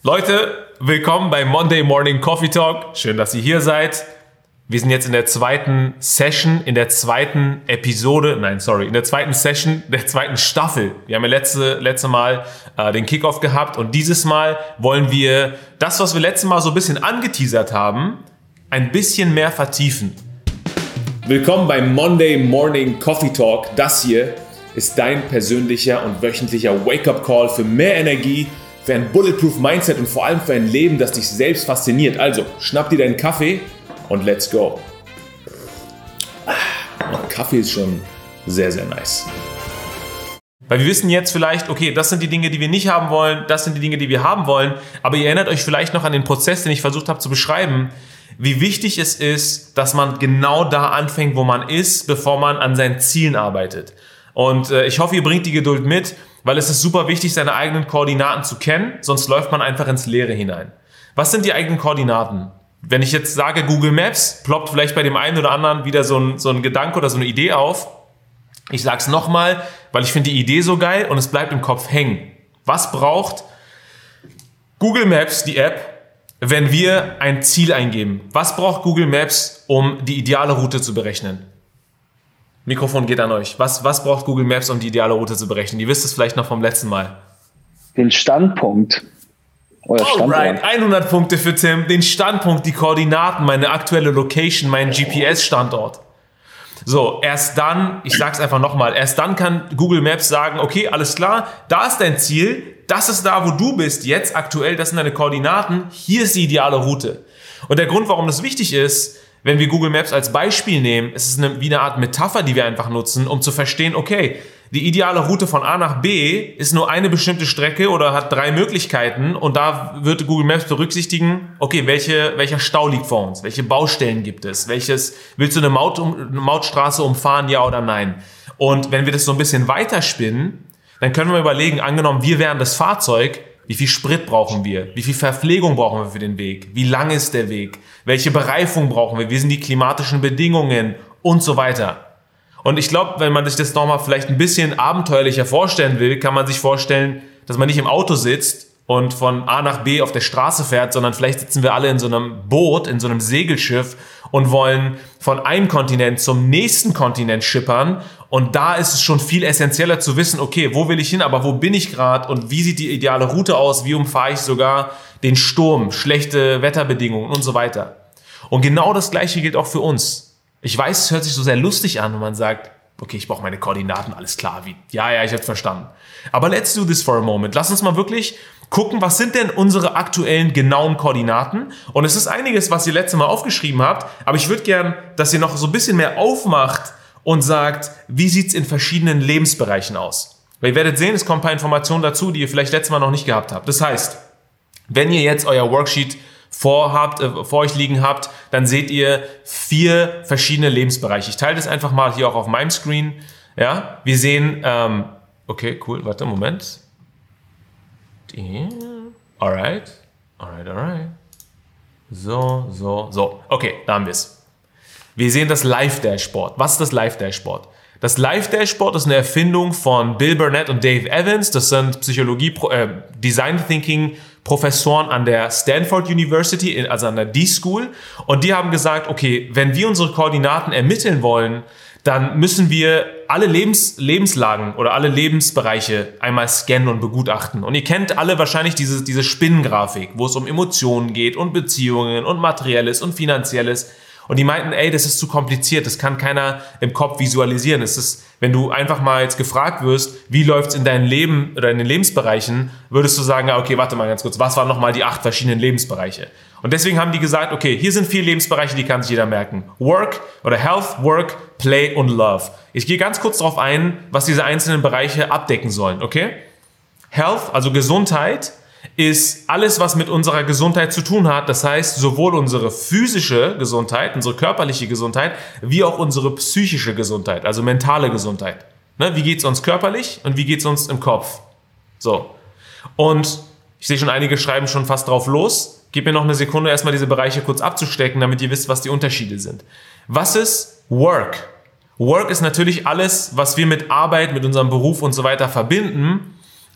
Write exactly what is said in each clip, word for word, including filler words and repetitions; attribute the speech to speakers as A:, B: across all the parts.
A: Leute, willkommen bei Monday Morning Coffee Talk. Schön, dass ihr hier seid. Wir sind jetzt in der zweiten Session, in der zweiten Episode, nein, sorry, in der zweiten Session der zweiten Staffel. Wir haben ja letzte, letzte Mal äh, den Kickoff gehabt und dieses Mal wollen wir das, was wir letztes Mal so ein bisschen angeteasert haben, ein bisschen mehr vertiefen. Willkommen beim Monday Morning Coffee Talk. Das hier ist dein persönlicher und wöchentlicher Wake-up-Call für mehr Energie, für ein Bulletproof Mindset und vor allem für ein Leben, das dich selbst fasziniert. Also, schnapp dir deinen Kaffee und let's go. Und Kaffee ist schon sehr, sehr nice. Weil wir wissen jetzt vielleicht, okay, das sind die Dinge, die wir nicht haben wollen, das sind die Dinge, die wir haben wollen, aber ihr erinnert euch vielleicht noch an den Prozess, den ich versucht habe zu beschreiben, wie wichtig es ist, dass man genau da anfängt, wo man ist, bevor man an seinen Zielen arbeitet. Und äh, ich hoffe, ihr bringt die Geduld mit, weil es ist super wichtig, seine eigenen Koordinaten zu kennen, sonst läuft man einfach ins Leere hinein. Was sind die eigenen Koordinaten? Wenn ich jetzt sage Google Maps, ploppt vielleicht bei dem einen oder anderen wieder so ein, so ein Gedanke oder so eine Idee auf. Ich sage es nochmal, weil ich finde die Idee so geil und es bleibt im Kopf hängen. Was braucht Google Maps, die App, wenn wir ein Ziel eingeben? Was braucht Google Maps, um die ideale Route zu berechnen? Mikrofon geht an euch. Was, was braucht Google Maps, um die ideale Route zu berechnen? Ihr wisst es vielleicht noch vom letzten Mal.
B: Den Standpunkt.
A: Alright, hundert Punkte für Tim. Den Standpunkt, die Koordinaten, meine aktuelle Location, mein G P S-Standort. So, erst dann, ich sag's einfach nochmal, erst dann kann Google Maps sagen, okay, alles klar, da ist dein Ziel, das ist da, wo du bist, jetzt aktuell, das sind deine Koordinaten, hier ist die ideale Route. Und der Grund, warum das wichtig ist, wenn wir Google Maps als Beispiel nehmen, ist es eine, wie eine Art Metapher, die wir einfach nutzen, um zu verstehen, okay, die ideale Route von A nach B ist nur eine bestimmte Strecke oder hat drei Möglichkeiten und da wird Google Maps berücksichtigen, okay, welche, welcher Stau liegt vor uns, welche Baustellen gibt es, welches, willst du eine, Maut, eine Mautstraße umfahren, ja oder nein? Und wenn wir das so ein bisschen weiterspinnen, dann können wir überlegen, angenommen, wir wären das Fahrzeug, wie viel Sprit brauchen wir? Wie viel Verpflegung brauchen wir für den Weg? Wie lang ist der Weg? Welche Bereifung brauchen wir? Wie sind die klimatischen Bedingungen? Und so weiter. Und ich glaube, wenn man sich das nochmal vielleicht ein bisschen abenteuerlicher vorstellen will, kann man sich vorstellen, dass man nicht im Auto sitzt und von A nach B auf der Straße fährt, sondern vielleicht sitzen wir alle in so einem Boot, in so einem Segelschiff und wollen von einem Kontinent zum nächsten Kontinent schippern. Und da ist es schon viel essentieller zu wissen, okay, wo will ich hin, aber wo bin ich gerade und wie sieht die ideale Route aus, wie umfahre ich sogar den Sturm, schlechte Wetterbedingungen und so weiter. Und genau das Gleiche gilt auch für uns. Ich weiß, es hört sich so sehr lustig an, wenn man sagt, okay, ich brauche meine Koordinaten, alles klar, wie, ja, ja, ich habe verstanden. Aber let's do this for a moment. Lass uns mal wirklich gucken, was sind denn unsere aktuellen genauen Koordinaten? Und es ist einiges, was ihr letztes Mal aufgeschrieben habt, aber ich würde gern, dass ihr noch so ein bisschen mehr aufmacht und sagt, wie sieht's in verschiedenen Lebensbereichen aus? Weil ihr werdet sehen, es kommen ein paar Informationen dazu, die ihr vielleicht letztes Mal noch nicht gehabt habt. Das heißt, wenn ihr jetzt euer Worksheet vorhabt, äh, vor euch liegen habt, dann seht ihr vier verschiedene Lebensbereiche. Ich teile das einfach mal hier auch auf meinem Screen. Ja, wir sehen, ähm, okay, cool, warte, Moment. Alright, alright, alright. So, so, so. Okay, da haben wir es. Wir sehen das Live-Dashboard. Was ist das Live-Dashboard? Das Live-Dashboard ist eine Erfindung von Bill Burnett und Dave Evans. Das sind Psychologie, äh, Design Thinking Professoren an der Stanford University, also an der D-School. Und die haben gesagt, okay, wenn wir unsere Koordinaten ermitteln wollen, dann müssen wir alle Lebens, Lebenslagen oder alle Lebensbereiche einmal scannen und begutachten. Und ihr kennt alle wahrscheinlich diese, diese Spinnengrafik, wo es um Emotionen geht und Beziehungen und Materielles und Finanzielles. Und die meinten, ey, das ist zu kompliziert, das kann keiner im Kopf visualisieren. Es ist, wenn du einfach mal jetzt gefragt wirst, wie läuft's in deinem Leben oder in den Lebensbereichen, würdest du sagen, ja, okay, warte mal ganz kurz, was waren nochmal die acht verschiedenen Lebensbereiche? Und deswegen haben die gesagt, okay, hier sind vier Lebensbereiche, die kann sich jeder merken. Work oder Health, Work, Play und Love. Ich gehe ganz kurz darauf ein, was diese einzelnen Bereiche abdecken sollen, okay? Health, also Gesundheit, ist alles, was mit unserer Gesundheit zu tun hat. Das heißt, sowohl unsere physische Gesundheit, unsere körperliche Gesundheit, wie auch unsere psychische Gesundheit, also mentale Gesundheit. Ne? Wie geht's uns körperlich und wie geht's uns im Kopf? So. Und ich sehe schon, einige schreiben schon fast drauf los. Gib mir noch eine Sekunde, erstmal diese Bereiche kurz abzustecken, damit ihr wisst, was die Unterschiede sind. Was ist Work? Work ist natürlich alles, was wir mit Arbeit, mit unserem Beruf und so weiter verbinden.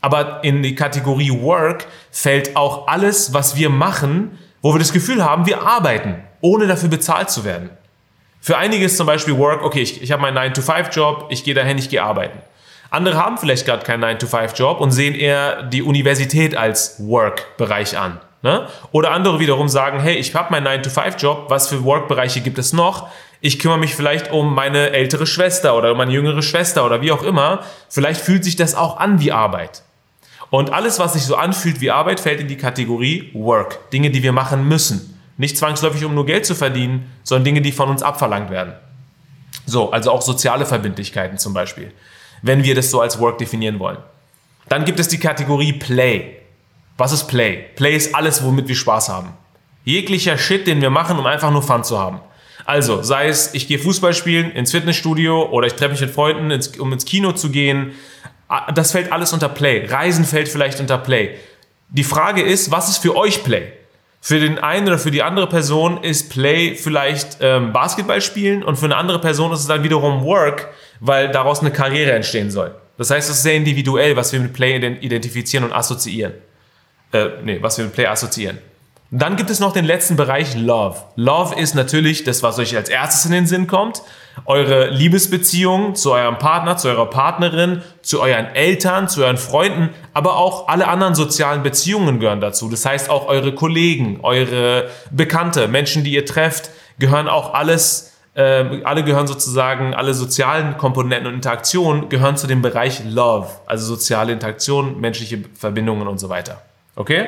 A: Aber in die Kategorie Work fällt auch alles, was wir machen, wo wir das Gefühl haben, wir arbeiten, ohne dafür bezahlt zu werden. Für einige ist zum Beispiel Work, okay, ich, ich habe meinen nine to five Job, ich gehe dahin, ich gehe arbeiten. Andere haben vielleicht gerade keinen nine to five Job und sehen eher die Universität als Work-Bereich an. Ne? Oder andere wiederum sagen, hey, ich habe meinen nine to five Job, was für Work-Bereiche gibt es noch? Ich kümmere mich vielleicht um meine ältere Schwester oder um meine jüngere Schwester oder wie auch immer. Vielleicht fühlt sich das auch an wie Arbeit. Und alles, was sich so anfühlt wie Arbeit, fällt in die Kategorie Work. Dinge, die wir machen müssen. Nicht zwangsläufig, um nur Geld zu verdienen, sondern Dinge, die von uns abverlangt werden. So, also auch soziale Verbindlichkeiten zum Beispiel, wenn wir das so als Work definieren wollen. Dann gibt es die Kategorie Play. Was ist Play? Play ist alles, womit wir Spaß haben. Jeglicher Shit, den wir machen, um einfach nur Fun zu haben. Also, sei es, ich gehe Fußball spielen ins Fitnessstudio oder ich treffe mich mit Freunden, ins, um ins Kino zu gehen. Das fällt alles unter Play. Reisen fällt vielleicht unter Play. Die Frage ist, was ist für euch Play? Für den einen oder für die andere Person ist Play vielleicht ähm, Basketball spielen und für eine andere Person ist es dann wiederum Work, weil daraus eine Karriere entstehen soll. Das heißt, es ist sehr individuell, was wir mit Play identifizieren und assoziieren. Äh, nee, was wir mit Play assoziieren. Und dann gibt es noch den letzten Bereich, Love. Love ist natürlich das, was euch als erstes in den Sinn kommt. Eure Liebesbeziehung zu eurem Partner, zu eurer Partnerin, zu euren Eltern, zu euren Freunden, aber auch alle anderen sozialen Beziehungen gehören dazu. Das heißt, auch eure Kollegen, eure Bekannte, Menschen, die ihr trefft, gehören auch alles, äh, alle gehören sozusagen, alle sozialen Komponenten und Interaktionen gehören zu dem Bereich Love. Also soziale Interaktion, menschliche Verbindungen und so weiter. Okay?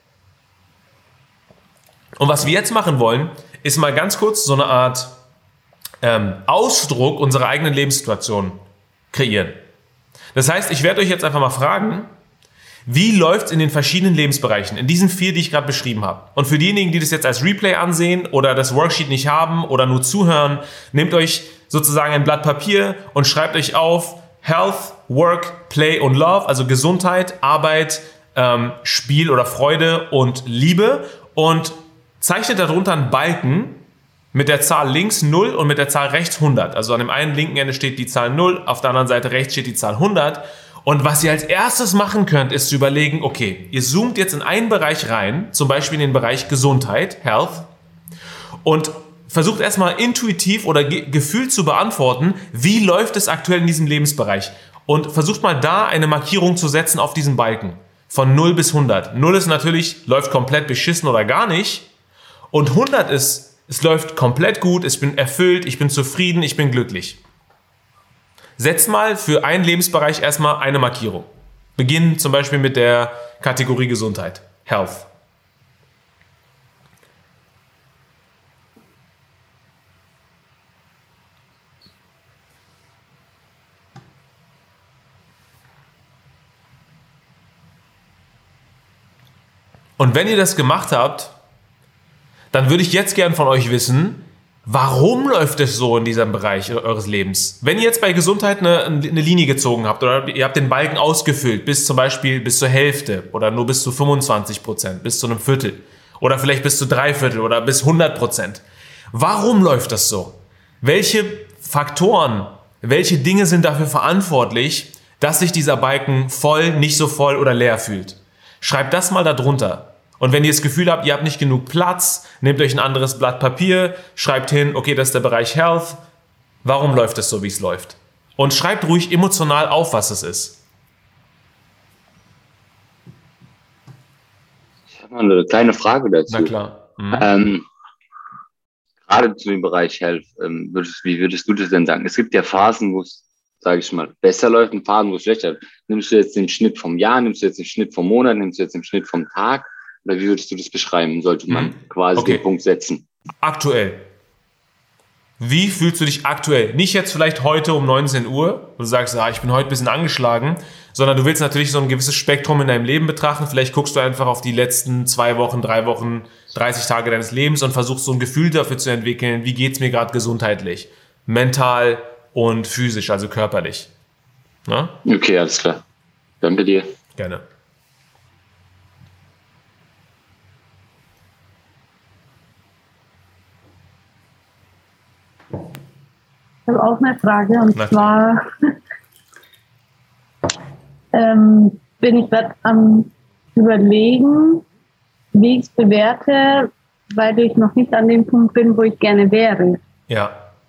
A: Und was wir jetzt machen wollen, ist mal ganz kurz so eine Art ähm, Ausdruck unserer eigenen Lebenssituation kreieren. Das heißt, ich werde euch jetzt einfach mal fragen, wie läuft es in den verschiedenen Lebensbereichen, in diesen vier, die ich gerade beschrieben habe. Und für diejenigen, die das jetzt als Replay ansehen oder das Worksheet nicht haben oder nur zuhören, nehmt euch sozusagen ein Blatt Papier und schreibt euch auf Health, Work, Play und Love, also Gesundheit, Arbeit, ähm, Spiel oder Freude und Liebe und zeichnet darunter einen Balken mit der Zahl links null und mit der Zahl rechts hundert. Also an dem einen linken Ende steht die Zahl null, auf der anderen Seite rechts steht die Zahl hundert. Und was ihr als erstes machen könnt, ist zu überlegen, okay, ihr zoomt jetzt in einen Bereich rein, zum Beispiel in den Bereich Gesundheit, Health, und versucht erstmal intuitiv oder ge- gefühlt zu beantworten, wie läuft es aktuell in diesem Lebensbereich. Und versucht mal da eine Markierung zu setzen auf diesen Balken. Von null bis hundert. null ist natürlich, läuft komplett beschissen oder gar nicht. Und hundert ist, es läuft komplett gut, ich bin erfüllt, ich bin zufrieden, ich bin glücklich. Setzt mal für einen Lebensbereich erstmal eine Markierung. Beginnen zum Beispiel mit der Kategorie Gesundheit, Health. Und wenn ihr das gemacht habt, dann würde ich jetzt gern von euch wissen, warum läuft es so in diesem Bereich eures Lebens? Wenn ihr jetzt bei Gesundheit eine, eine Linie gezogen habt oder ihr habt den Balken ausgefüllt bis zum Beispiel bis zur Hälfte oder nur bis zu fünfundzwanzig Prozent, bis zu einem Viertel oder vielleicht bis zu drei Viertel oder bis hundert Prozent. Warum läuft das so? Welche Faktoren, welche Dinge sind dafür verantwortlich, dass sich dieser Balken voll, nicht so voll oder leer fühlt? Schreibt das mal da drunter. Und wenn ihr das Gefühl habt, ihr habt nicht genug Platz, nehmt euch ein anderes Blatt Papier, schreibt hin, okay, das ist der Bereich Health. Warum läuft es so, wie es läuft? Und schreibt ruhig emotional auf, was es ist.
C: Ich habe mal eine kleine Frage dazu.
A: Na klar. Mhm.
C: Ähm, gerade zu dem Bereich Health, ähm, würdest, wie würdest du das denn sagen? Es gibt ja Phasen, wo es, sage ich mal, besser läuft und Phasen, wo es schlechter läuft. Nimmst du jetzt den Schnitt vom Jahr, nimmst du jetzt den Schnitt vom Monat, nimmst du jetzt den Schnitt vom Tag? Oder wie würdest du das beschreiben? Sollte man mhm. quasi okay. den Punkt setzen?
A: Aktuell. Wie fühlst du dich aktuell? Nicht jetzt vielleicht heute um neunzehn Uhr, wo du sagst, ah, ich bin heute ein bisschen angeschlagen, sondern du willst natürlich so ein gewisses Spektrum in deinem Leben betrachten. Vielleicht guckst du einfach auf die letzten zwei Wochen, drei Wochen, dreißig Tage deines Lebens und versuchst so ein Gefühl dafür zu entwickeln, wie geht es mir gerade gesundheitlich, mental und physisch, also körperlich. Na?
C: Okay, alles klar. Danke dir.
A: Gerne.
D: Ich habe auch eine Frage und zwar, ähm, bin ich gerade am Überlegen, wie ich es bewerte, weil ich noch nicht an dem Punkt bin, wo ich gerne wäre.
A: Ja.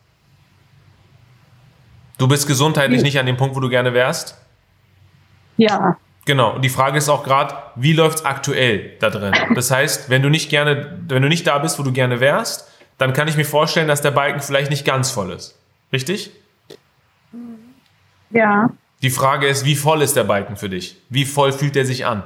A: Du bist gesundheitlich nicht an dem Punkt, wo du gerne wärst?
D: Ja.
A: Genau. Und die Frage ist auch gerade, wie läuft es aktuell da drin? Das heißt, wenn du nicht gerne, wenn du nicht da bist, wo du gerne wärst, dann kann ich mir vorstellen, dass der Balken vielleicht nicht ganz voll ist. Richtig?
D: Ja.
A: Die Frage ist, wie voll ist der Balken für dich? Wie voll fühlt er sich an?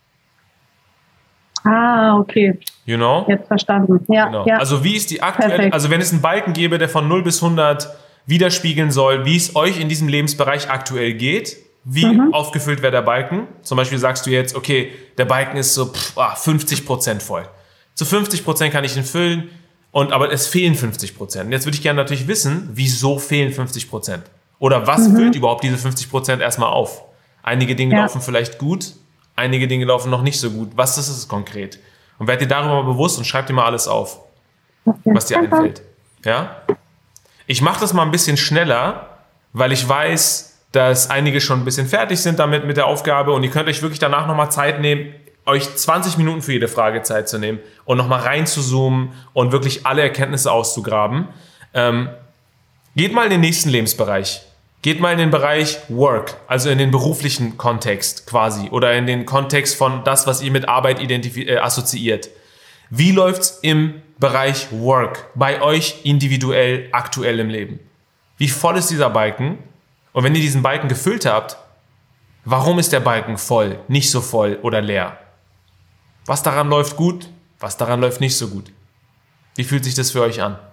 D: Ah, okay.
A: You know?
D: Jetzt verstanden. Ja,
A: genau.
D: ja.
A: Also wie ist die aktuelle,
D: Perfekt.
A: also wenn es einen Balken gäbe, der von null bis hundert widerspiegeln soll, wie es euch in diesem Lebensbereich aktuell geht, wie mhm. aufgefüllt wäre der Balken? Zum Beispiel sagst du jetzt, okay, der Balken ist so pff, ah, fünfzig Prozent voll. Zu fünfzig Prozent kann ich ihn füllen, und, aber es fehlen fünfzig Prozent. Und jetzt würde ich gerne natürlich wissen, wieso fehlen fünfzig Prozent? Oder was mhm. füllt überhaupt diese fünfzig Prozent erstmal auf? Einige Dinge ja. laufen vielleicht gut, einige Dinge laufen noch nicht so gut. Was ist es konkret? Und werd dir darüber mal bewusst und schreib dir mal alles auf, okay. was dir einfällt. Ja? Ich mache das mal ein bisschen schneller, weil ich weiß, dass einige schon ein bisschen fertig sind damit mit der Aufgabe, und ihr könnt euch wirklich danach nochmal Zeit nehmen, euch zwanzig Minuten für jede Frage Zeit zu nehmen und nochmal reinzuzoomen und wirklich alle Erkenntnisse auszugraben. Ähm, geht mal in den nächsten Lebensbereich. Geht mal in den Bereich Work, also in den beruflichen Kontext quasi, oder in den Kontext von das, was ihr mit Arbeit identif- äh, assoziiert. Wie läuft's im Bereich Work bei euch individuell aktuell im Leben? Wie voll ist dieser Balken? Und wenn ihr diesen Balken gefüllt habt, warum ist der Balken voll, nicht so voll oder leer? Was daran läuft gut, was daran läuft nicht so gut? Wie fühlt sich das für euch an?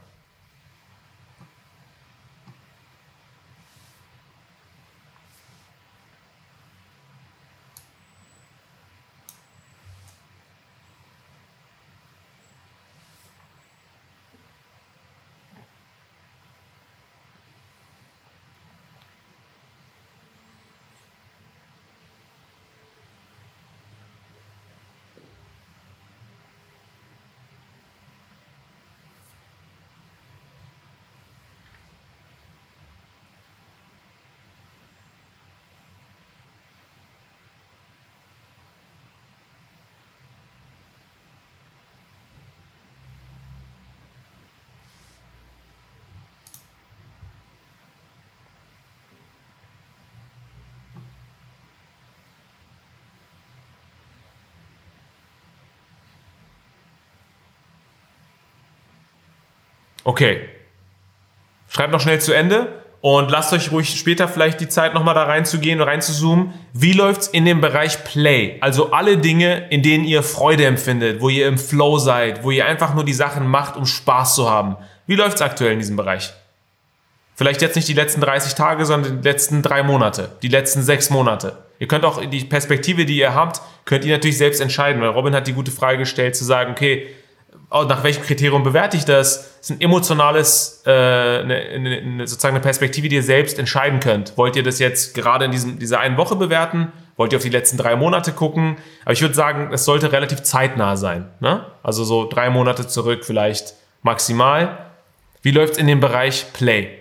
A: Okay. Schreibt noch schnell zu Ende und lasst euch ruhig später vielleicht die Zeit, nochmal da reinzugehen und reinzuzoomen. Wie läuft's in dem Bereich Play? Also alle Dinge, in denen ihr Freude empfindet, wo ihr im Flow seid, wo ihr einfach nur die Sachen macht, um Spaß zu haben. Wie läuft's aktuell in diesem Bereich? Vielleicht jetzt nicht die letzten dreißig Tage, sondern die letzten drei Monate, die letzten sechs Monate. Ihr könnt auch die Perspektive, die ihr habt, könnt ihr natürlich selbst entscheiden, weil Robin hat die gute Frage gestellt, zu sagen, okay, nach welchem Kriterium bewerte ich das? Das ist ein emotionales, äh, eine, eine, sozusagen eine Perspektive, die ihr selbst entscheiden könnt. Wollt ihr das jetzt gerade in diesem, dieser einen Woche bewerten? Wollt ihr auf die letzten drei Monate gucken? Aber ich würde sagen, es sollte relativ zeitnah sein. Ne? Also so drei Monate zurück vielleicht maximal. Wie läuft es in dem Bereich Play?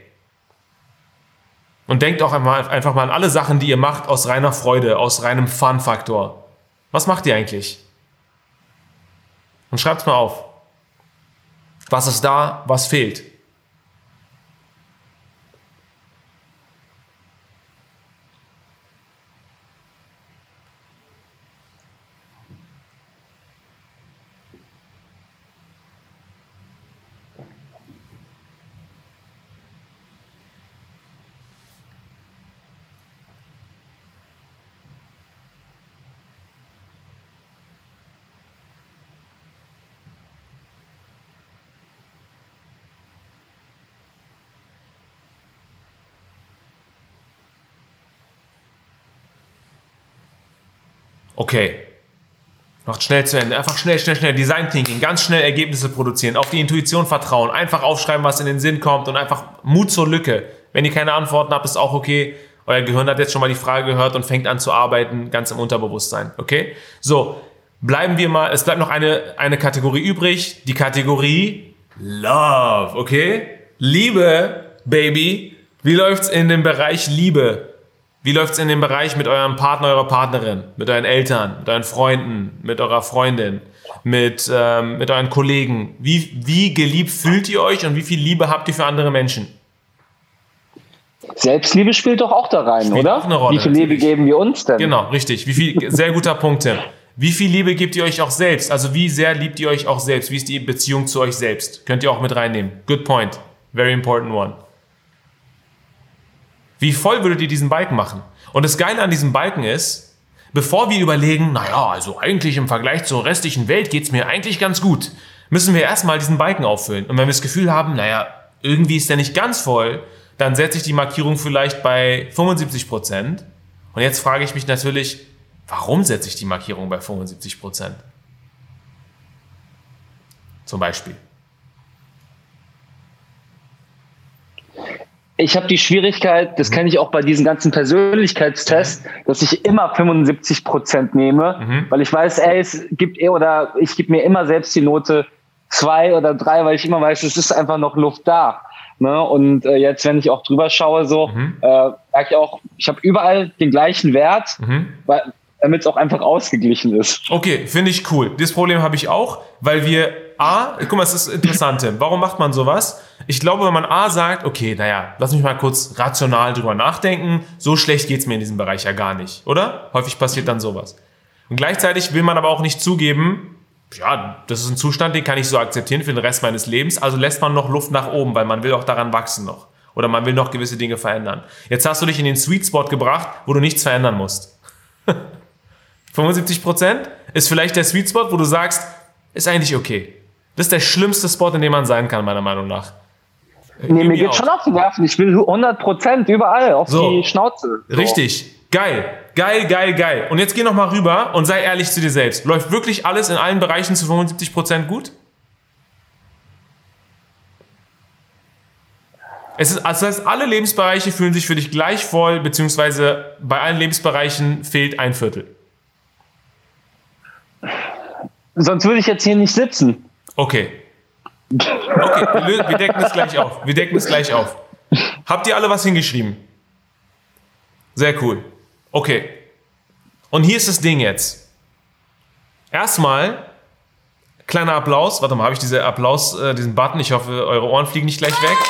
A: Und denkt auch einfach, einfach mal an alle Sachen, die ihr macht aus reiner Freude, aus reinem Fun-Faktor. Was macht ihr eigentlich? Und schreibt es mal auf. Was ist da, was fehlt? Okay. Macht schnell zu Ende. Einfach schnell, schnell, schnell. Design Thinking. Ganz schnell Ergebnisse produzieren. Auf die Intuition vertrauen. Einfach aufschreiben, was in den Sinn kommt. Und einfach Mut zur Lücke. Wenn ihr keine Antworten habt, ist auch okay. Euer Gehirn hat jetzt schon mal die Frage gehört und fängt an zu arbeiten. Ganz im Unterbewusstsein. Okay? So. Bleiben wir mal. Es bleibt noch eine, eine Kategorie übrig. Die Kategorie Love. Okay? Liebe, Baby. Wie läuft's in dem Bereich Liebe? Wie läuft es in dem Bereich mit eurem Partner, eurer Partnerin, mit euren Eltern, mit euren Freunden, mit eurer Freundin, mit, ähm, mit euren Kollegen? Wie, wie geliebt fühlt ihr euch und wie viel Liebe habt ihr für andere Menschen?
B: Selbstliebe spielt doch auch da rein, spielt oder?
A: Auch eine Rolle,
B: wie viel Liebe
A: natürlich.
B: geben wir uns denn?
A: Genau, richtig. Wie viel, sehr guter Punkt, Tim. Wie viel Liebe gebt ihr euch auch selbst? Also wie sehr liebt ihr euch auch selbst? Wie ist die Beziehung zu euch selbst? Könnt ihr auch mit reinnehmen. Good point. Very important one. Wie voll würdet ihr diesen Balken machen? Und das Geile an diesem Balken ist, bevor wir überlegen, naja, also eigentlich im Vergleich zur restlichen Welt geht es mir eigentlich ganz gut, müssen wir erstmal diesen Balken auffüllen. Und wenn wir das Gefühl haben, naja, irgendwie ist der nicht ganz voll, dann setze ich die Markierung vielleicht bei fünfundsiebzig Prozent. Und jetzt frage ich mich natürlich, warum setze ich die Markierung bei fünfundsiebzig Prozent? Zum Beispiel.
B: Ich habe die Schwierigkeit, das kenne ich auch bei diesen ganzen Persönlichkeitstests, dass ich immer fünfundsiebzig Prozent nehme, mhm. weil ich weiß, ey, es gibt eh oder ich gebe mir immer selbst die Note zwei oder drei, weil ich immer weiß, es ist einfach noch Luft da. Ne? Und äh, jetzt, wenn ich auch drüber schaue, so mhm. äh, merke ich auch, ich habe überall den gleichen Wert, mhm. weil damit es auch einfach ausgeglichen ist.
A: Okay, finde ich cool. Das Problem habe ich auch, weil wir A, guck mal, es ist interessant, Tim. Warum macht man sowas? Ich glaube, wenn man A sagt, okay, naja, lass mich mal kurz rational drüber nachdenken, so schlecht geht's mir in diesem Bereich ja gar nicht, oder? Häufig passiert dann sowas. Und gleichzeitig will man aber auch nicht zugeben, ja, das ist ein Zustand, den kann ich so akzeptieren für den Rest meines Lebens, also lässt man noch Luft nach oben, weil man will auch daran wachsen noch. Oder man will noch gewisse Dinge verändern. Jetzt hast du dich in den Sweet Spot gebracht, wo du nichts verändern musst. fünfundsiebzig Prozent ist vielleicht der Sweet Spot, wo du sagst, ist eigentlich okay. Das ist der schlimmste Spot, in dem man sein kann, meiner Meinung nach.
B: Nee, mir geht schon auf die Nerven. Ich will hundert Prozent überall auf so, die Schnauze. So.
A: Richtig. Geil. Geil, geil, geil. Und jetzt geh noch mal rüber und sei ehrlich zu dir selbst. Läuft wirklich alles in allen Bereichen zu fünfundsiebzig Prozent gut? Es ist, das heißt, alle Lebensbereiche fühlen sich für dich gleich voll, beziehungsweise bei allen Lebensbereichen fehlt ein Viertel.
B: Sonst würde ich jetzt hier nicht sitzen.
A: Okay. Okay, wir, wir decken es gleich auf. Wir decken es gleich auf. Habt ihr alle was hingeschrieben? Sehr cool. Okay. Und hier ist das Ding jetzt. Erstmal, kleiner Applaus. Warte mal, habe ich diesen Applaus, äh, diesen Button? Ich hoffe, eure Ohren fliegen nicht gleich weg.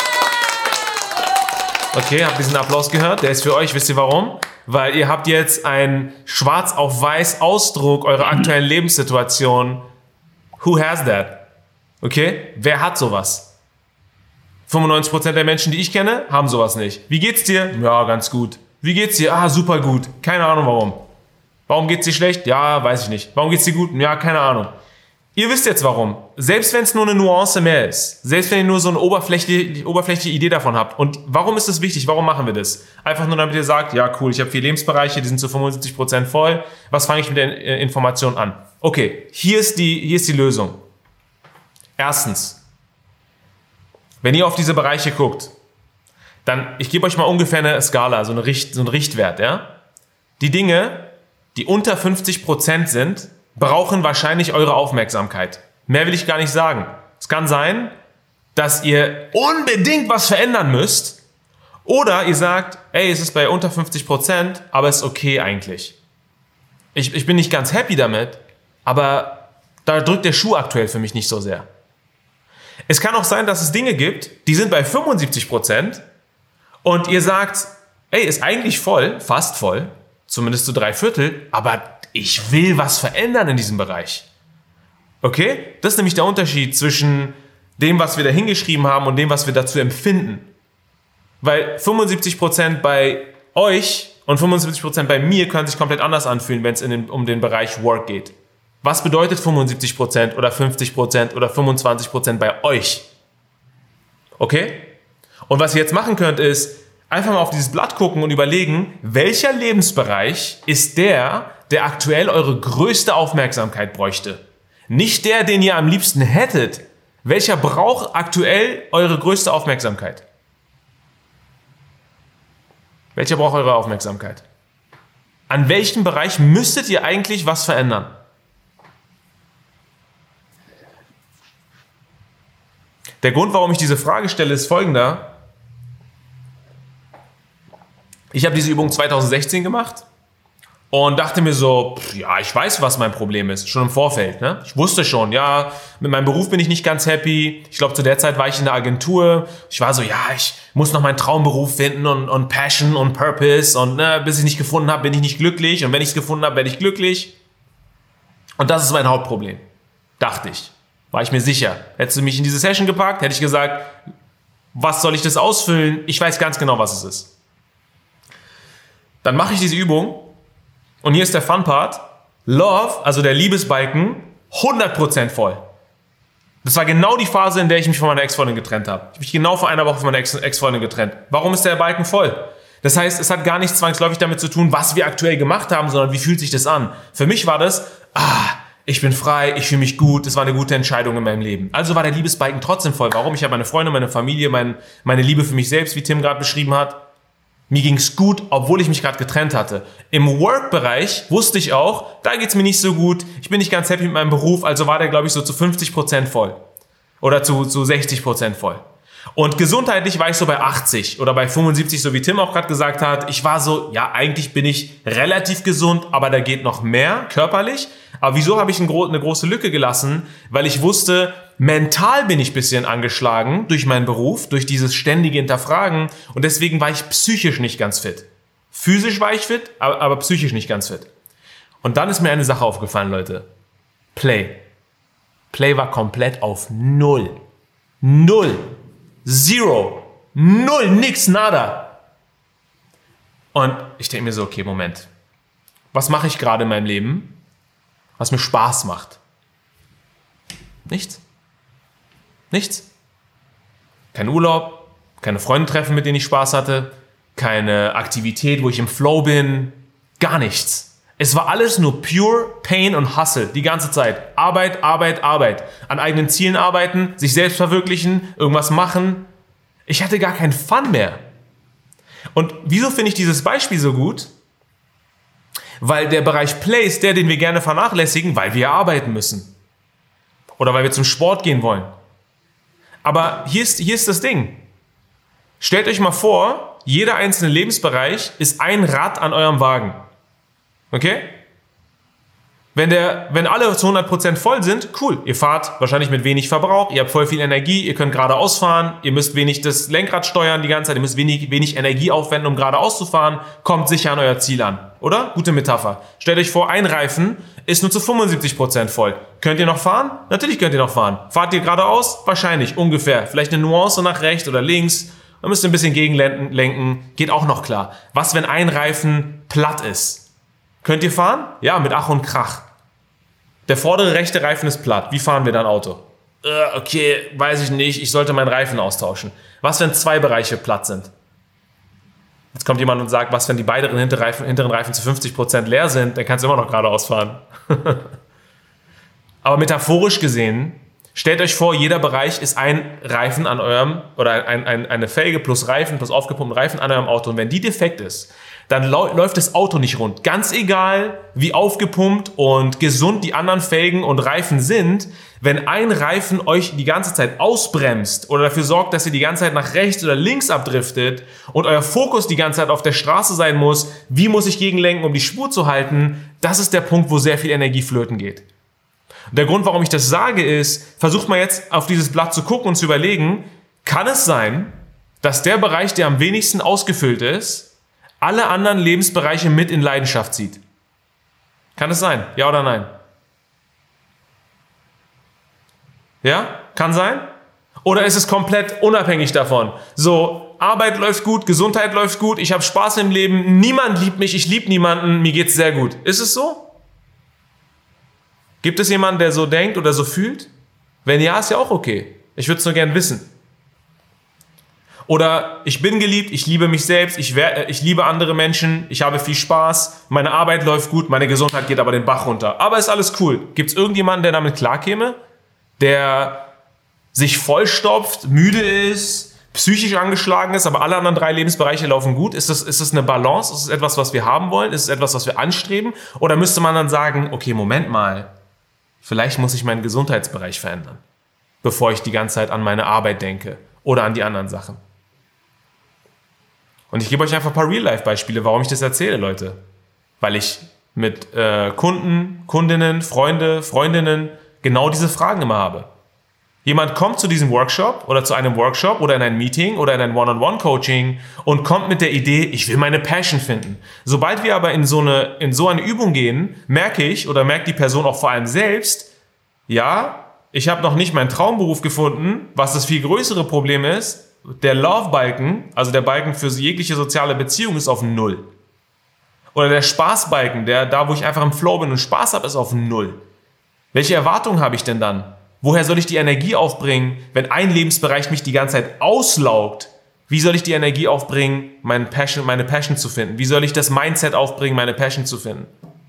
A: Okay, habt diesen Applaus gehört? Der ist für euch. Wisst ihr warum? Weil ihr habt jetzt einen schwarz auf weiß Ausdruck eurer aktuellen Lebenssituation. Who has that? Okay? Wer hat sowas? fünfundneunzig Prozent der Menschen, die ich kenne, haben sowas nicht. Wie geht's dir? Ja, ganz gut. Wie geht's dir? Ah, super gut. Keine Ahnung warum. Warum geht's dir schlecht? Ja, weiß ich nicht. Warum geht's dir gut? Ja, keine Ahnung. Ihr wisst jetzt warum. Selbst wenn es nur eine Nuance mehr ist, selbst wenn ihr nur so eine oberflächliche, oberflächliche Idee davon habt. Und warum ist das wichtig? Warum machen wir das? Einfach nur, damit ihr sagt, ja cool, ich habe vier Lebensbereiche, die sind zu fünfundsiebzig Prozent voll. Was fange ich mit der äh, Information an? Okay, hier ist die, hier ist die Lösung. Erstens, wenn ihr auf diese Bereiche guckt, dann, ich gebe euch mal ungefähr eine Skala, so, eine Richt, so einen Richtwert. Ja? Die Dinge, die unter fünfzig Prozent sind, brauchen wahrscheinlich eure Aufmerksamkeit. Mehr will ich gar nicht sagen. Es kann sein, dass ihr unbedingt was verändern müsst oder ihr sagt, ey, es ist bei unter fünfzig Prozent, aber es ist okay eigentlich. Ich, ich bin nicht ganz happy damit, aber da drückt der Schuh aktuell für mich nicht so sehr. Es kann auch sein, dass es Dinge gibt, die sind bei fünfundsiebzig Prozent und ihr sagt, ey, ist eigentlich voll, fast voll, zumindest zu drei Viertel, aber ich will was verändern in diesem Bereich. Okay? Das ist nämlich der Unterschied zwischen dem, was wir da hingeschrieben haben und dem, was wir dazu empfinden. Weil fünfundsiebzig Prozent bei euch und fünfundsiebzig Prozent bei mir können sich komplett anders anfühlen, wenn es in den, um den Bereich Work geht. Was bedeutet fünfundsiebzig Prozent oder fünfzig Prozent oder fünfundzwanzig Prozent bei euch? Okay? Und was ihr jetzt machen könnt, ist einfach mal auf dieses Blatt gucken und überlegen, welcher Lebensbereich ist der, der aktuell eure größte Aufmerksamkeit bräuchte. Nicht der, den ihr am liebsten hättet. Welcher braucht aktuell eure größte Aufmerksamkeit? Welcher braucht eure Aufmerksamkeit? An welchem Bereich müsstet ihr eigentlich was verändern? Der Grund, warum ich diese Frage stelle, ist folgender. Ich habe diese Übung zwanzig sechzehn gemacht und dachte mir so, pff, ja, ich weiß, was mein Problem ist, schon im Vorfeld. Ne? Ich wusste schon, ja, mit meinem Beruf bin ich nicht ganz happy. Ich glaube, zu der Zeit war ich in der Agentur. Ich war so, ja, ich muss noch meinen Traumberuf finden und, und Passion und Purpose. Und ne, bis ich nicht gefunden habe, bin ich nicht glücklich. Und wenn ich es gefunden habe, werde ich glücklich. Und das ist mein Hauptproblem, dachte ich. War ich mir sicher. Hättest du mich in diese Session gepackt, hätte ich gesagt, was soll ich das ausfüllen? Ich weiß ganz genau, was es ist. Dann mache ich diese Übung. Und hier ist der Fun-Part. Love, also der Liebesbalken, hundert Prozent voll. Das war genau die Phase, in der ich mich von meiner Ex-Freundin getrennt habe. Ich habe mich genau vor einer Woche von meiner Ex-Freundin getrennt. Warum ist der Balken voll? Das heißt, es hat gar nichts zwangsläufig damit zu tun, was wir aktuell gemacht haben, sondern wie fühlt sich das an? Für mich war das, ah, ich bin frei, ich fühle mich gut, das war eine gute Entscheidung in meinem Leben. Also war der Liebesbalken trotzdem voll. Warum? Ich habe meine Freunde, meine Familie, mein, meine Liebe für mich selbst, wie Tim gerade beschrieben hat. Mir ging's gut, obwohl ich mich gerade getrennt hatte. Im Work-Bereich wusste ich auch, da geht's mir nicht so gut. Ich bin nicht ganz happy mit meinem Beruf, also war der, glaube ich, so zu fünfzig Prozent voll. Oder zu, zu sechzig Prozent voll. Und gesundheitlich war ich so bei achtzig oder bei fünfundsiebzig, so wie Tim auch gerade gesagt hat. Ich war so, ja, eigentlich bin ich relativ gesund, aber da geht noch mehr körperlich. Aber wieso habe ich eine große Lücke gelassen? Weil ich wusste, mental bin ich ein bisschen angeschlagen durch meinen Beruf, durch dieses ständige Hinterfragen. Und deswegen war ich psychisch nicht ganz fit. Physisch war ich fit, aber, aber psychisch nicht ganz fit. Und dann ist mir eine Sache aufgefallen, Leute. Play. Play war komplett auf Null. Null. Zero. Null. Nix. Nada. Und ich denke mir so, okay, Moment. Was mache ich gerade in meinem Leben, was mir Spaß macht? Nichts. Nichts. Kein Urlaub, keine Freunde treffen, mit denen ich Spaß hatte, keine Aktivität, wo ich im Flow bin, gar nichts. Es war alles nur pure Pain und Hustle, die ganze Zeit. Arbeit, Arbeit, Arbeit. An eigenen Zielen arbeiten, sich selbst verwirklichen, irgendwas machen. Ich hatte gar keinen Fun mehr. Und wieso finde ich dieses Beispiel so gut? Weil der Bereich Play ist der, den wir gerne vernachlässigen, weil wir arbeiten müssen. Oder weil wir zum Sport gehen wollen. Aber hier ist, hier ist das Ding. Stellt euch mal vor, jeder einzelne Lebensbereich ist ein Rad an eurem Wagen. Okay? Wenn, der, wenn alle zu hundert Prozent voll sind, cool. Ihr fahrt wahrscheinlich mit wenig Verbrauch, ihr habt voll viel Energie, ihr könnt geradeaus fahren, ihr müsst wenig das Lenkrad steuern die ganze Zeit, ihr müsst wenig, wenig Energie aufwenden, um geradeaus zu fahren, kommt sicher an euer Ziel an. Oder? Gute Metapher. Stellt euch vor, ein Reifen ist nur zu fünfundsiebzig Prozent voll. Könnt ihr noch fahren? Natürlich könnt ihr noch fahren. Fahrt ihr geradeaus? Wahrscheinlich, ungefähr. Vielleicht eine Nuance nach rechts oder links. Dann müsst ihr ein bisschen gegenlenken. Geht auch noch klar. Was, wenn ein Reifen platt ist? Könnt ihr fahren? Ja, mit Ach und Krach. Der vordere rechte Reifen ist platt. Wie fahren wir dann Auto? Äh, okay, weiß ich nicht. Ich sollte meinen Reifen austauschen. Was, wenn zwei Bereiche platt sind? Jetzt kommt jemand und sagt, was, wenn die beiden hinteren Reifen, hinteren Reifen zu fünfzig Prozent leer sind? Dann kannst du immer noch geradeaus fahren. Aber metaphorisch gesehen, stellt euch vor, jeder Bereich ist ein Reifen an eurem, oder ein, ein, eine Felge plus Reifen plus aufgepumpten Reifen an eurem Auto. Und wenn die defekt ist, dann lau- läuft das Auto nicht rund. Ganz egal, wie aufgepumpt und gesund die anderen Felgen und Reifen sind, wenn ein Reifen euch die ganze Zeit ausbremst oder dafür sorgt, dass ihr die ganze Zeit nach rechts oder links abdriftet und euer Fokus die ganze Zeit auf der Straße sein muss, wie muss ich gegenlenken, um die Spur zu halten, das ist der Punkt, wo sehr viel Energie flöten geht. Und der Grund, warum ich das sage, ist, versucht mal jetzt auf dieses Blatt zu gucken und zu überlegen, kann es sein, dass der Bereich, der am wenigsten ausgefüllt ist, alle anderen Lebensbereiche mit in Leidenschaft zieht? Kann es sein? Ja oder nein? Ja? Kann sein? Oder ist es komplett unabhängig davon? So, Arbeit läuft gut, Gesundheit läuft gut, ich habe Spaß im Leben, niemand liebt mich, ich liebe niemanden, mir geht's sehr gut. Ist es so? Gibt es jemanden, der so denkt oder so fühlt? Wenn ja, ist ja auch okay. Ich würde es nur gern wissen. Oder ich bin geliebt, ich liebe mich selbst, ich, wär, ich liebe andere Menschen, ich habe viel Spaß, meine Arbeit läuft gut, meine Gesundheit geht aber den Bach runter. Aber ist alles cool. Gibt es irgendjemanden, der damit klarkäme? Der sich vollstopft, müde ist, psychisch angeschlagen ist, aber alle anderen drei Lebensbereiche laufen gut? Ist das, ist das eine Balance? Ist es etwas, was wir haben wollen? Ist es etwas, was wir anstreben? Oder müsste man dann sagen, okay, Moment mal, vielleicht muss ich meinen Gesundheitsbereich verändern, bevor ich die ganze Zeit an meine Arbeit denke oder an die anderen Sachen? Und ich gebe euch einfach ein paar Real-Life-Beispiele, warum ich das erzähle, Leute. Weil ich mit äh, Kunden, Kundinnen, Freunde, Freundinnen genau diese Fragen immer habe. Jemand kommt zu diesem Workshop oder zu einem Workshop oder in ein Meeting oder in ein One-on-One-Coaching und kommt mit der Idee, ich will meine Passion finden. Sobald wir aber in so eine, in so eine Übung gehen, merke ich oder merkt die Person auch vor allem selbst, ja, ich habe noch nicht meinen Traumberuf gefunden. Was das viel größere Problem ist, der Love-Balken, also der Balken für jegliche soziale Beziehung, ist auf Null. Oder der Spaßbalken, der da, wo ich einfach im Flow bin und Spaß habe, ist auf Null. Welche Erwartungen habe ich denn dann? Woher soll ich die Energie aufbringen, wenn ein Lebensbereich mich die ganze Zeit auslaugt? Wie soll ich die Energie aufbringen, meine Passion, meine Passion zu finden? Wie soll ich das Mindset aufbringen, meine Passion zu finden?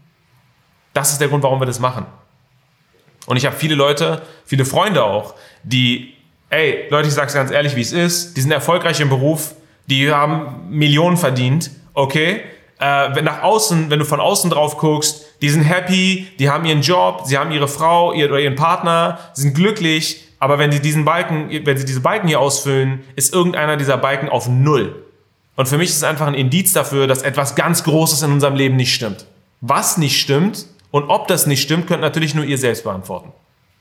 A: Das ist der Grund, warum wir das machen. Und ich habe viele Leute, viele Freunde auch, die, ey, Leute, ich sag's ganz ehrlich, wie es ist, die sind erfolgreich im Beruf, die haben Millionen verdient, okay? Äh, wenn nach außen, wenn du von außen drauf guckst, die sind happy, die haben ihren Job, sie haben ihre Frau ihr, oder ihren Partner, sind glücklich, aber wenn sie diesen Balken, wenn sie diese Balken hier ausfüllen, ist irgendeiner dieser Balken auf Null. Und für mich ist es einfach ein Indiz dafür, dass etwas ganz Großes in unserem Leben nicht stimmt. Was nicht stimmt und ob das nicht stimmt, könnt natürlich nur ihr selbst beantworten.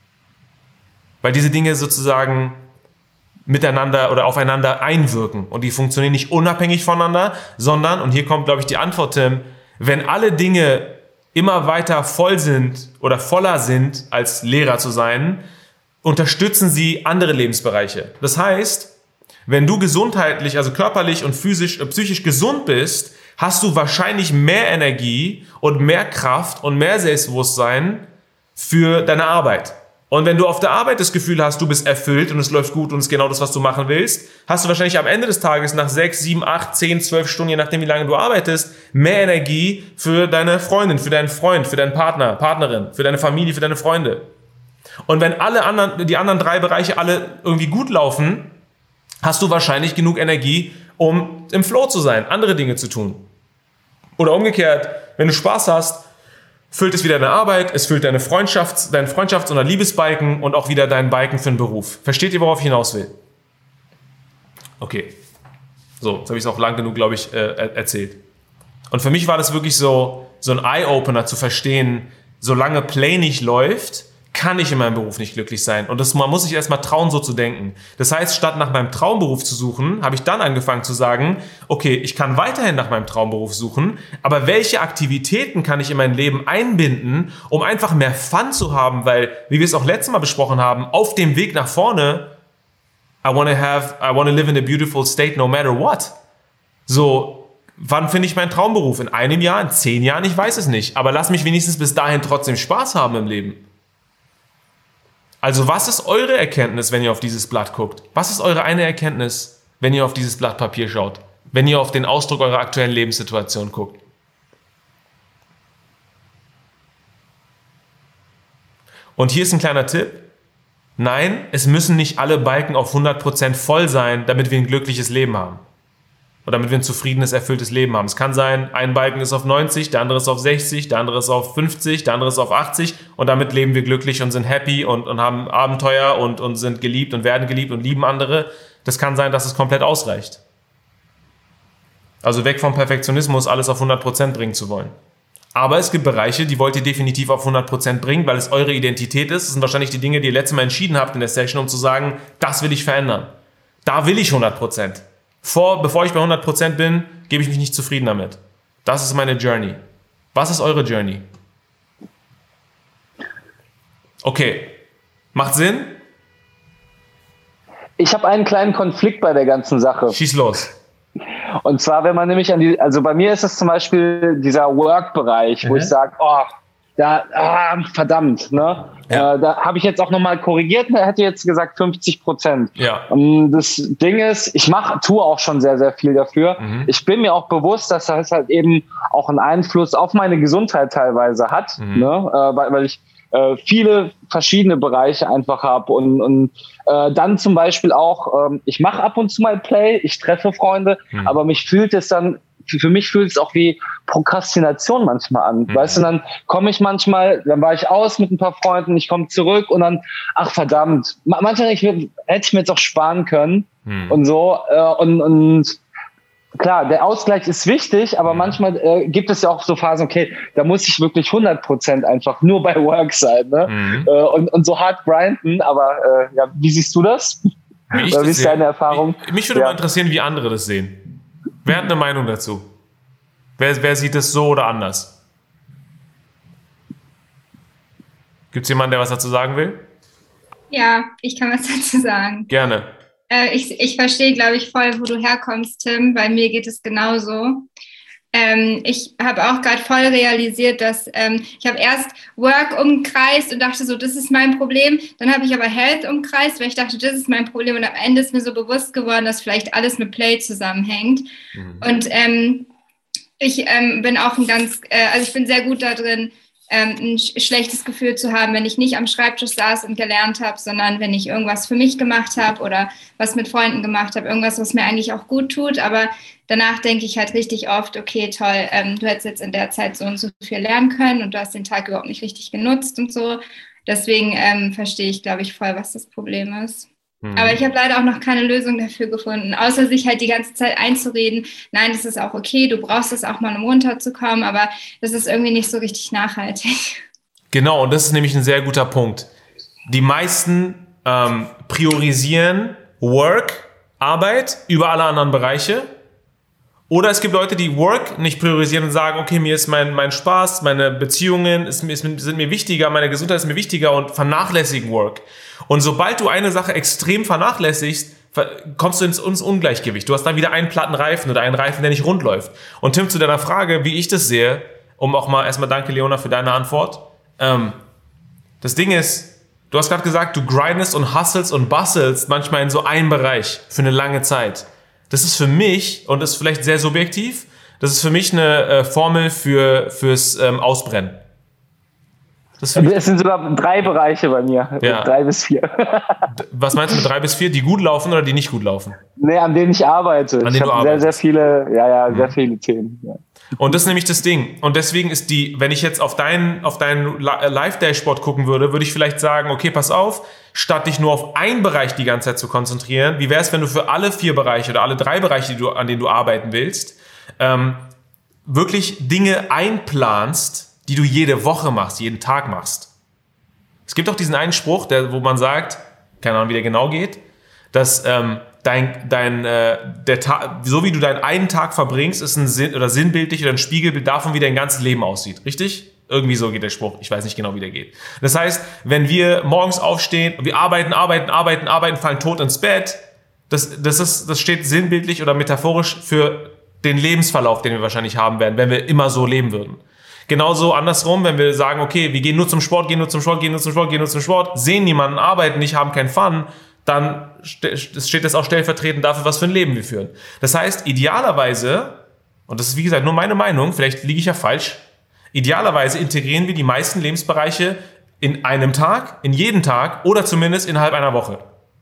A: Weil diese Dinge sozusagen miteinander oder aufeinander einwirken und die funktionieren nicht unabhängig voneinander, sondern, und hier kommt, glaube ich, die Antwort, Tim, wenn alle Dinge immer weiter voll sind oder voller sind, als Lehrer zu sein, unterstützen sie andere Lebensbereiche. Das heißt, wenn du gesundheitlich, also körperlich und physisch, äh, psychisch gesund bist, hast du wahrscheinlich mehr Energie und mehr Kraft und mehr Selbstbewusstsein für deine Arbeit. Und wenn du auf der Arbeit das Gefühl hast, du bist erfüllt und es läuft gut und es ist genau das, was du machen willst, hast du wahrscheinlich am Ende des Tages nach sechs, sieben, acht, zehn, zwölf Stunden, je nachdem wie lange du arbeitest, mehr Energie für deine Freundin, für deinen Freund, für deinen Partner, Partnerin, für deine Familie, für deine Freunde. Und wenn alle anderen, die anderen drei Bereiche alle irgendwie gut laufen, hast du wahrscheinlich genug Energie, um im Flow zu sein, andere Dinge zu tun. Oder umgekehrt, wenn du Spaß hast, füllt es wieder deine Arbeit, es füllt deine Freundschafts-, deinen Freundschafts- oder Liebesbalken und auch wieder deinen Balken für den Beruf. Versteht ihr, worauf ich hinaus will? Okay. So, jetzt habe ich es auch lang genug, glaube ich, äh, erzählt. Und für mich war das wirklich so, so ein Eye-Opener zu verstehen, solange Play nicht läuft, kann ich in meinem Beruf nicht glücklich sein. Und das, man muss sich erstmal trauen, so zu denken. Das heißt, statt nach meinem Traumberuf zu suchen, habe ich dann angefangen zu sagen, okay, ich kann weiterhin nach meinem Traumberuf suchen, aber welche Aktivitäten kann ich in mein Leben einbinden, um einfach mehr Fun zu haben, weil, wie wir es auch letztes Mal besprochen haben, auf dem Weg nach vorne, I wanna have, I wanna live in a beautiful state no matter what. So, wann finde ich meinen Traumberuf? In einem Jahr, in zehn Jahren? Ich weiß es nicht. Aber lass mich wenigstens bis dahin trotzdem Spaß haben im Leben. Also was ist eure Erkenntnis, wenn ihr auf dieses Blatt guckt? Was ist eure eine Erkenntnis, wenn ihr auf dieses Blatt Papier schaut? Wenn ihr auf den Ausdruck eurer aktuellen Lebenssituation guckt? Und hier ist ein kleiner Tipp. Nein, es müssen nicht alle Balken auf hundert Prozent voll sein, damit wir ein glückliches Leben haben. Oder damit wir ein zufriedenes, erfülltes Leben haben. Es kann sein, ein Balken ist auf neunzig, der andere ist auf sechzig, der andere ist auf fünfzig, der andere ist auf achtzig und damit leben wir glücklich und sind happy und, und haben Abenteuer und, und sind geliebt und werden geliebt und lieben andere. Das kann sein, dass es komplett ausreicht. Also weg vom Perfektionismus, alles auf hundert Prozent bringen zu wollen. Aber es gibt Bereiche, die wollt ihr definitiv auf hundert Prozent bringen, weil es eure Identität ist. Das sind wahrscheinlich die Dinge, die ihr letztes Mal entschieden habt in der Session, um zu sagen, das will ich verändern. Da will ich hundert Prozent. Vor, bevor ich bei hundert Prozent bin, gebe ich mich nicht zufrieden damit. Das ist meine Journey. Was ist eure Journey? Okay. Macht Sinn?
B: Ich habe einen kleinen Konflikt bei der ganzen Sache.
A: Schieß los.
B: Und zwar, wenn man nämlich an die, also bei mir ist es zum Beispiel dieser Work-Bereich, mhm. wo ich sage, oh, da, ah, verdammt, ne? Ja. Äh, da habe ich jetzt auch nochmal korrigiert, er hätte jetzt gesagt fünfzig Prozent.
A: Ja.
B: Und das Ding ist, ich mache, tue auch schon sehr, sehr viel dafür. Mhm. Ich bin mir auch bewusst, dass das halt eben auch einen Einfluss auf meine Gesundheit teilweise hat, mhm. ne? Äh, weil, weil ich äh, viele verschiedene Bereiche einfach habe und, und äh, dann zum Beispiel auch, äh, ich mache ab und zu mal Play, ich treffe Freunde, mhm. aber mich fühlt es dann für mich fühlt es auch wie Prokrastination manchmal an. Mhm. Weißt du, dann komme ich manchmal, dann war ich aus mit ein paar Freunden, ich komme zurück und dann, ach verdammt, manchmal hätte ich mir jetzt auch sparen können mhm. und so. Äh, und, und klar, der Ausgleich ist wichtig, aber manchmal äh, gibt es ja auch so Phasen, okay, da muss ich wirklich hundert Prozent einfach nur bei Work sein, ne? Mhm. Äh, und, und so hart grinden, aber äh, ja, wie siehst du das?
A: Wie, ich
B: Oder
A: das
B: wie ist deine Erfahrung?
A: Ich, mich würde ja. mal interessieren, wie andere das sehen. Wer hat eine Meinung dazu? Wer, wer sieht es so oder anders? Gibt es jemanden, der was dazu sagen will?
E: Ja, ich kann was dazu sagen.
A: Gerne.
E: Äh, ich ich verstehe, glaube ich, voll, wo du herkommst, Tim. Bei mir geht es genauso. Ähm, ich habe auch gerade voll realisiert, dass ähm, ich habe erst Work umkreist und dachte so, das ist mein Problem. Dann habe ich aber Health umkreist, weil ich dachte, das ist mein Problem. Und am Ende ist mir so bewusst geworden, dass vielleicht alles mit Play zusammenhängt. Mhm. Und ähm, ich ähm, bin auch ein ganz, äh, also ich bin sehr gut da drin, ähm, ein sch- schlechtes Gefühl zu haben, wenn ich nicht am Schreibtisch saß und gelernt habe, sondern wenn ich irgendwas für mich gemacht habe oder was mit Freunden gemacht habe, irgendwas, was mir eigentlich auch gut tut. Aber danach denke ich halt richtig oft, okay, toll, ähm, du hättest jetzt in der Zeit so und so viel lernen können und du hast den Tag überhaupt nicht richtig genutzt und so. Deswegen ähm, verstehe ich, glaube ich, voll, was das Problem ist. Mhm. Aber ich habe leider auch noch keine Lösung dafür gefunden, außer sich halt die ganze Zeit einzureden, nein, das ist auch okay, du brauchst es auch mal, um runterzukommen, aber das ist irgendwie nicht so richtig nachhaltig.
A: Genau, und das ist nämlich ein sehr guter Punkt. Die meisten ähm, priorisieren Work, Arbeit über alle anderen Bereiche. Oder es gibt Leute, die Work nicht priorisieren und sagen, okay, mir ist mein, mein Spaß, meine Beziehungen ist, ist, sind mir wichtiger, meine Gesundheit ist mir wichtiger und vernachlässigen Work. Und sobald du eine Sache extrem vernachlässigst, kommst du ins, ins Ungleichgewicht. Du hast dann wieder einen platten Reifen oder einen Reifen, der nicht rund läuft. Und Tim, zu deiner Frage, wie ich das sehe, um auch mal erstmal danke, Leona, für deine Antwort. Ähm, das Ding ist, du hast gerade gesagt, du grindest und hustlest und bustlest manchmal in so einem Bereich für eine lange Zeit. Das ist für mich, und das ist vielleicht sehr subjektiv, das ist für mich eine äh, Formel für, fürs ähm, Ausbrennen.
B: Das es sind sogar drei Bereiche bei mir,
A: ja.
B: drei bis vier.
A: Was meinst du mit drei bis vier? Die gut laufen oder die nicht gut laufen?
B: Nee, an denen ich arbeite.
A: An denen
B: ich
A: habe
B: sehr, sehr viele, ja, ja, sehr
A: mhm.
B: viele Themen. Ja.
A: Und das ist nämlich das Ding. Und deswegen ist die, wenn ich jetzt auf dein, auf dein Live-Dashboard gucken würde, würde ich vielleicht sagen, okay, pass auf, statt dich nur auf einen Bereich die ganze Zeit zu konzentrieren, wie wäre es, wenn du für alle vier Bereiche oder alle drei Bereiche, die du, an denen du arbeiten willst, ähm, wirklich Dinge einplanst, die du jede Woche machst, jeden Tag machst. Es gibt auch diesen einen Spruch, der, wo man sagt, keine Ahnung, wie der genau geht, dass ähm, dein, dein, äh, der Ta- so wie du deinen einen Tag verbringst, ist ein Sinn oder sinnbildlich oder ein Spiegelbild davon, wie dein ganzes Leben aussieht. Richtig? Irgendwie so geht der Spruch. Ich weiß nicht genau, wie der geht. Das heißt, wenn wir morgens aufstehen und wir arbeiten, arbeiten, arbeiten, arbeiten, fallen tot ins Bett, das, das, ist, das steht sinnbildlich oder metaphorisch für den Lebensverlauf, den wir wahrscheinlich haben werden, wenn wir immer so leben würden. Genauso andersrum, wenn wir sagen, okay, wir gehen nur zum Sport, gehen nur zum Sport, gehen nur zum Sport, gehen nur zum Sport, sehen niemanden, arbeiten nicht, haben keinen Fun, dann steht das auch stellvertretend dafür, was für ein Leben wir führen. Das heißt, idealerweise, und das ist wie gesagt nur meine Meinung, vielleicht liege ich ja falsch, idealerweise integrieren wir die meisten Lebensbereiche in einem Tag, in jeden Tag oder zumindest innerhalb einer Woche.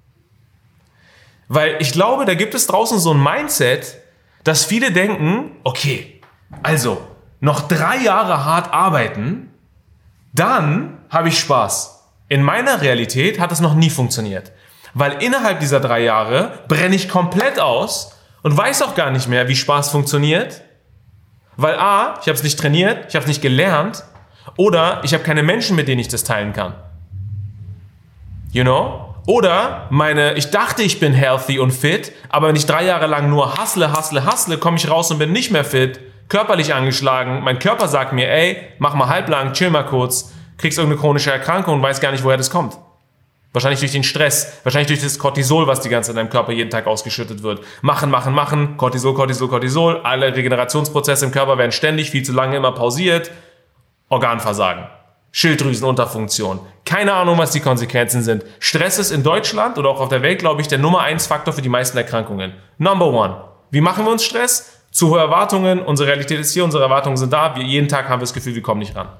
A: Weil ich glaube, da gibt es draußen so ein Mindset, dass viele denken, okay, also noch drei Jahre hart arbeiten, dann habe ich Spaß. In meiner Realität hat es noch nie funktioniert. Weil innerhalb dieser drei Jahre brenne ich komplett aus und weiß auch gar nicht mehr, wie Spaß funktioniert. Weil A, ich habe es nicht trainiert, ich habe es nicht gelernt oder ich habe keine Menschen, mit denen ich das teilen kann. You know? Oder meine, ich dachte, ich bin healthy und fit, aber wenn ich drei Jahre lang nur hustle, hustle, hustle, komme ich raus und bin nicht mehr fit, körperlich angeschlagen. Mein Körper sagt mir, ey, mach mal halblang, chill mal kurz, kriegst irgendeine chronische Erkrankung und weiß gar nicht, woher das kommt. Wahrscheinlich durch den Stress, wahrscheinlich durch das Cortisol, was die ganze Zeit in deinem Körper jeden Tag ausgeschüttet wird. Machen, machen, machen, Cortisol, Cortisol, Cortisol. Alle Regenerationsprozesse im Körper werden ständig viel zu lange immer pausiert. Organversagen, Schilddrüsenunterfunktion. Keine Ahnung, was die Konsequenzen sind. Stress ist in Deutschland oder auch auf der Welt, glaube ich, der Nummer eins Faktor für die meisten Erkrankungen. Number one. Wie machen wir uns Stress? Zu hohe Erwartungen, unsere Realität ist hier, unsere Erwartungen sind da, wir, jeden Tag haben wir das Gefühl, wir kommen nicht ran.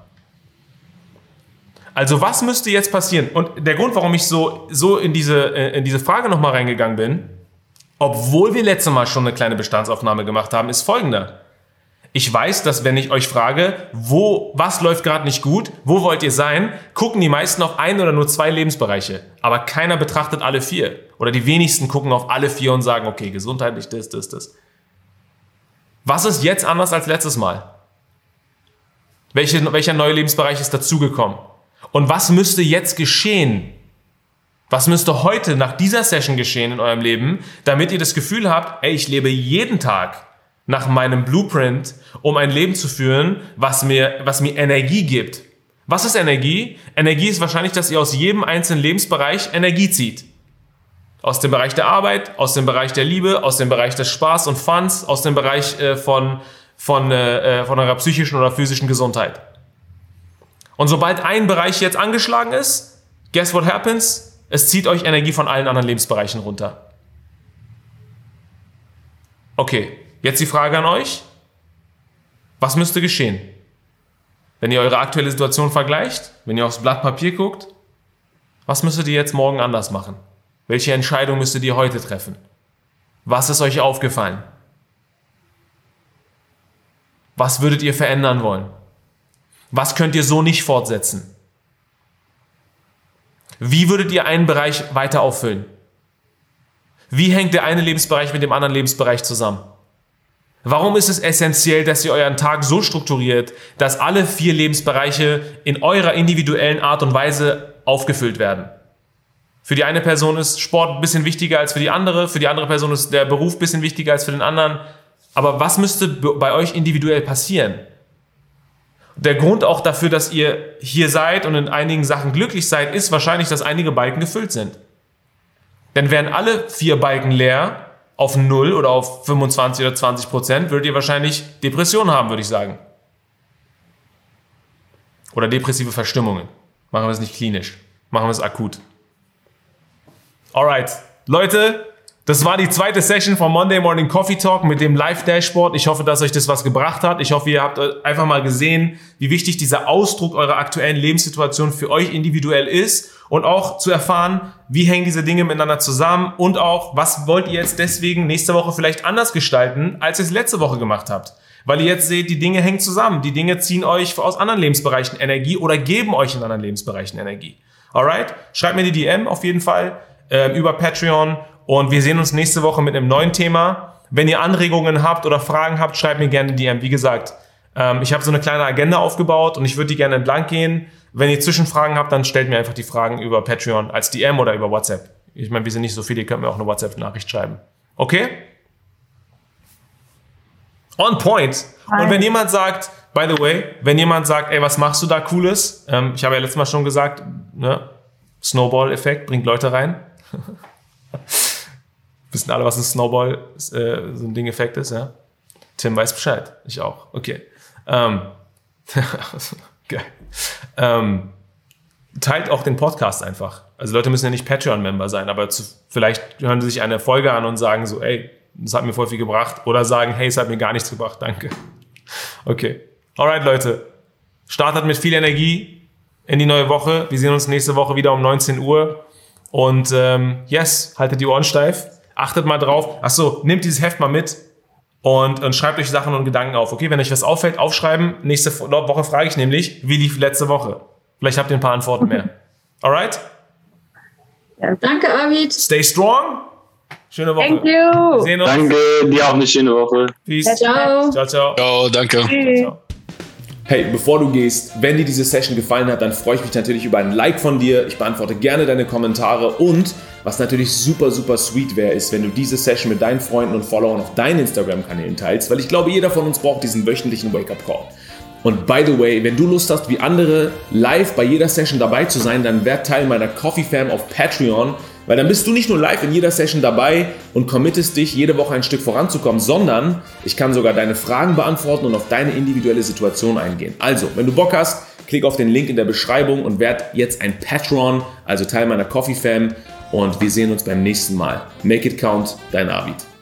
A: Also was müsste jetzt passieren? Und der Grund, warum ich so, so in, diese, in diese Frage nochmal reingegangen bin, obwohl wir letztes Mal schon eine kleine Bestandsaufnahme gemacht haben, ist folgender. Ich weiß, dass wenn ich euch frage, wo, was läuft gerade nicht gut, wo wollt ihr sein, gucken die meisten auf ein oder nur zwei Lebensbereiche. Aber keiner betrachtet alle vier. Oder die wenigsten gucken auf alle vier und sagen, okay, gesundheitlich das, das, das. Was ist jetzt anders als letztes Mal? Welche, welcher neue Lebensbereich ist dazugekommen? Und was müsste jetzt geschehen? Was müsste heute nach dieser Session geschehen in eurem Leben, damit ihr das Gefühl habt, ey, ich lebe jeden Tag nach meinem Blueprint, um ein Leben zu führen, was mir, was mir Energie gibt. Was ist Energie? Energie ist wahrscheinlich, dass ihr aus jedem einzelnen Lebensbereich Energie zieht. Aus dem Bereich der Arbeit, aus dem Bereich der Liebe, aus dem Bereich des Spaß und Funs, aus dem Bereich äh, von, von, äh, von eurer psychischen oder physischen Gesundheit. Und sobald ein Bereich jetzt angeschlagen ist, guess what happens? Es zieht euch Energie von allen anderen Lebensbereichen runter. Okay, jetzt die Frage an euch. Was müsste geschehen? Wenn ihr eure aktuelle Situation vergleicht, wenn ihr aufs Blatt Papier guckt, was müsstet ihr jetzt morgen anders machen? Welche Entscheidung müsstet ihr heute treffen? Was ist euch aufgefallen? Was würdet ihr verändern wollen? Was könnt ihr so nicht fortsetzen? Wie würdet ihr einen Bereich weiter auffüllen? Wie hängt der eine Lebensbereich mit dem anderen Lebensbereich zusammen? Warum ist es essentiell, dass ihr euren Tag so strukturiert, dass alle vier Lebensbereiche in eurer individuellen Art und Weise aufgefüllt werden? Für die eine Person ist Sport ein bisschen wichtiger als für die andere, für die andere Person ist der Beruf ein bisschen wichtiger als für den anderen. Aber was müsste bei euch individuell passieren? Der Grund auch dafür, dass ihr hier seid und in einigen Sachen glücklich seid, ist wahrscheinlich, dass einige Balken gefüllt sind. Denn wären alle vier Balken leer, auf null oder auf fünfundzwanzig oder zwanzig Prozent, würdet ihr wahrscheinlich Depressionen haben, würde ich sagen. Oder depressive Verstimmungen. Machen wir es nicht klinisch. Machen wir es akut. Alright. Leute, das war die zweite Session vom Monday Morning Coffee Talk mit dem Live-Dashboard. Ich hoffe, dass euch das was gebracht hat. Ich hoffe, ihr habt einfach mal gesehen, wie wichtig dieser Ausdruck eurer aktuellen Lebenssituation für euch individuell ist und auch zu erfahren, wie hängen diese Dinge miteinander zusammen und auch, was wollt ihr jetzt deswegen nächste Woche vielleicht anders gestalten, als ihr es letzte Woche gemacht habt. Weil ihr jetzt seht, die Dinge hängen zusammen. Die Dinge ziehen euch aus anderen Lebensbereichen Energie oder geben euch in anderen Lebensbereichen Energie. Alright? Schreibt mir die D M auf jeden Fall äh, über Patreon und wir sehen uns nächste Woche mit einem neuen Thema. Wenn ihr Anregungen habt oder Fragen habt, schreibt mir gerne die D M. Wie gesagt, ähm, ich habe so eine kleine Agenda aufgebaut und ich würde die gerne entlang gehen. Wenn ihr Zwischenfragen habt, dann stellt mir einfach die Fragen über Patreon als D M oder über WhatsApp. Ich meine, wir sind nicht so viele, ihr könnt mir auch eine WhatsApp-Nachricht schreiben. Okay? On point. Hi. Und wenn jemand sagt, by the way, wenn jemand sagt, ey, was machst du da Cooles? Ähm, ich habe ja letztes Mal schon gesagt, ne? Snowball-Effekt bringt Leute rein. Wissen alle, was ein Snowball, äh, so ein Ding-Effekt ist, ja? Tim weiß Bescheid. Ich auch. Okay. Ähm. Geil. Ähm, teilt auch den Podcast einfach. Also Leute müssen ja nicht Patreon-Member sein, aber zu, vielleicht hören sie sich eine Folge an und sagen so, ey, das hat mir voll viel gebracht. Oder sagen, hey, es hat mir gar nichts gebracht, danke. Okay. Alright, Leute. Startet mit viel Energie in die neue Woche. Wir sehen uns nächste Woche wieder um neunzehn Uhr. Und ähm, yes, haltet die Ohren steif. Achtet mal drauf. Achso, nehmt dieses Heft mal mit. Und, und schreibt euch Sachen und Gedanken auf. Okay, wenn euch was auffällt, aufschreiben. Nächste Woche frage ich nämlich, wie lief letzte Woche? Vielleicht habt ihr ein paar Antworten mehr. Alright?
D: Ja, danke, Arvid.
A: Stay strong. Schöne Woche.
D: Thank you.
A: Wir sehen uns.
C: Danke, dir auch eine schöne Woche.
A: Peace.
D: Ciao.
A: Ciao, ciao.
F: Ciao, danke.
A: Ciao, ciao. Hey, bevor du gehst, wenn dir diese Session gefallen hat, dann freue ich mich natürlich über ein Like von dir. Ich beantworte gerne deine Kommentare und was natürlich super, super sweet wäre, ist, wenn du diese Session mit deinen Freunden und Followern auf deinen Instagram-Kanälen teilst, weil ich glaube, jeder von uns braucht diesen wöchentlichen Wake-up-Call. Und by the way, wenn du Lust hast, wie andere live bei jeder Session dabei zu sein, dann werd Teil meiner Coffee Fam auf Patreon, weil dann bist du nicht nur live in jeder Session dabei und committest dich, jede Woche ein Stück voranzukommen, sondern ich kann sogar deine Fragen beantworten und auf deine individuelle Situation eingehen. Also, wenn du Bock hast, klick auf den Link in der Beschreibung und werd jetzt ein Patron, also Teil meiner Coffee Fam, und wir sehen uns beim nächsten Mal. Make it count, dein Arvid.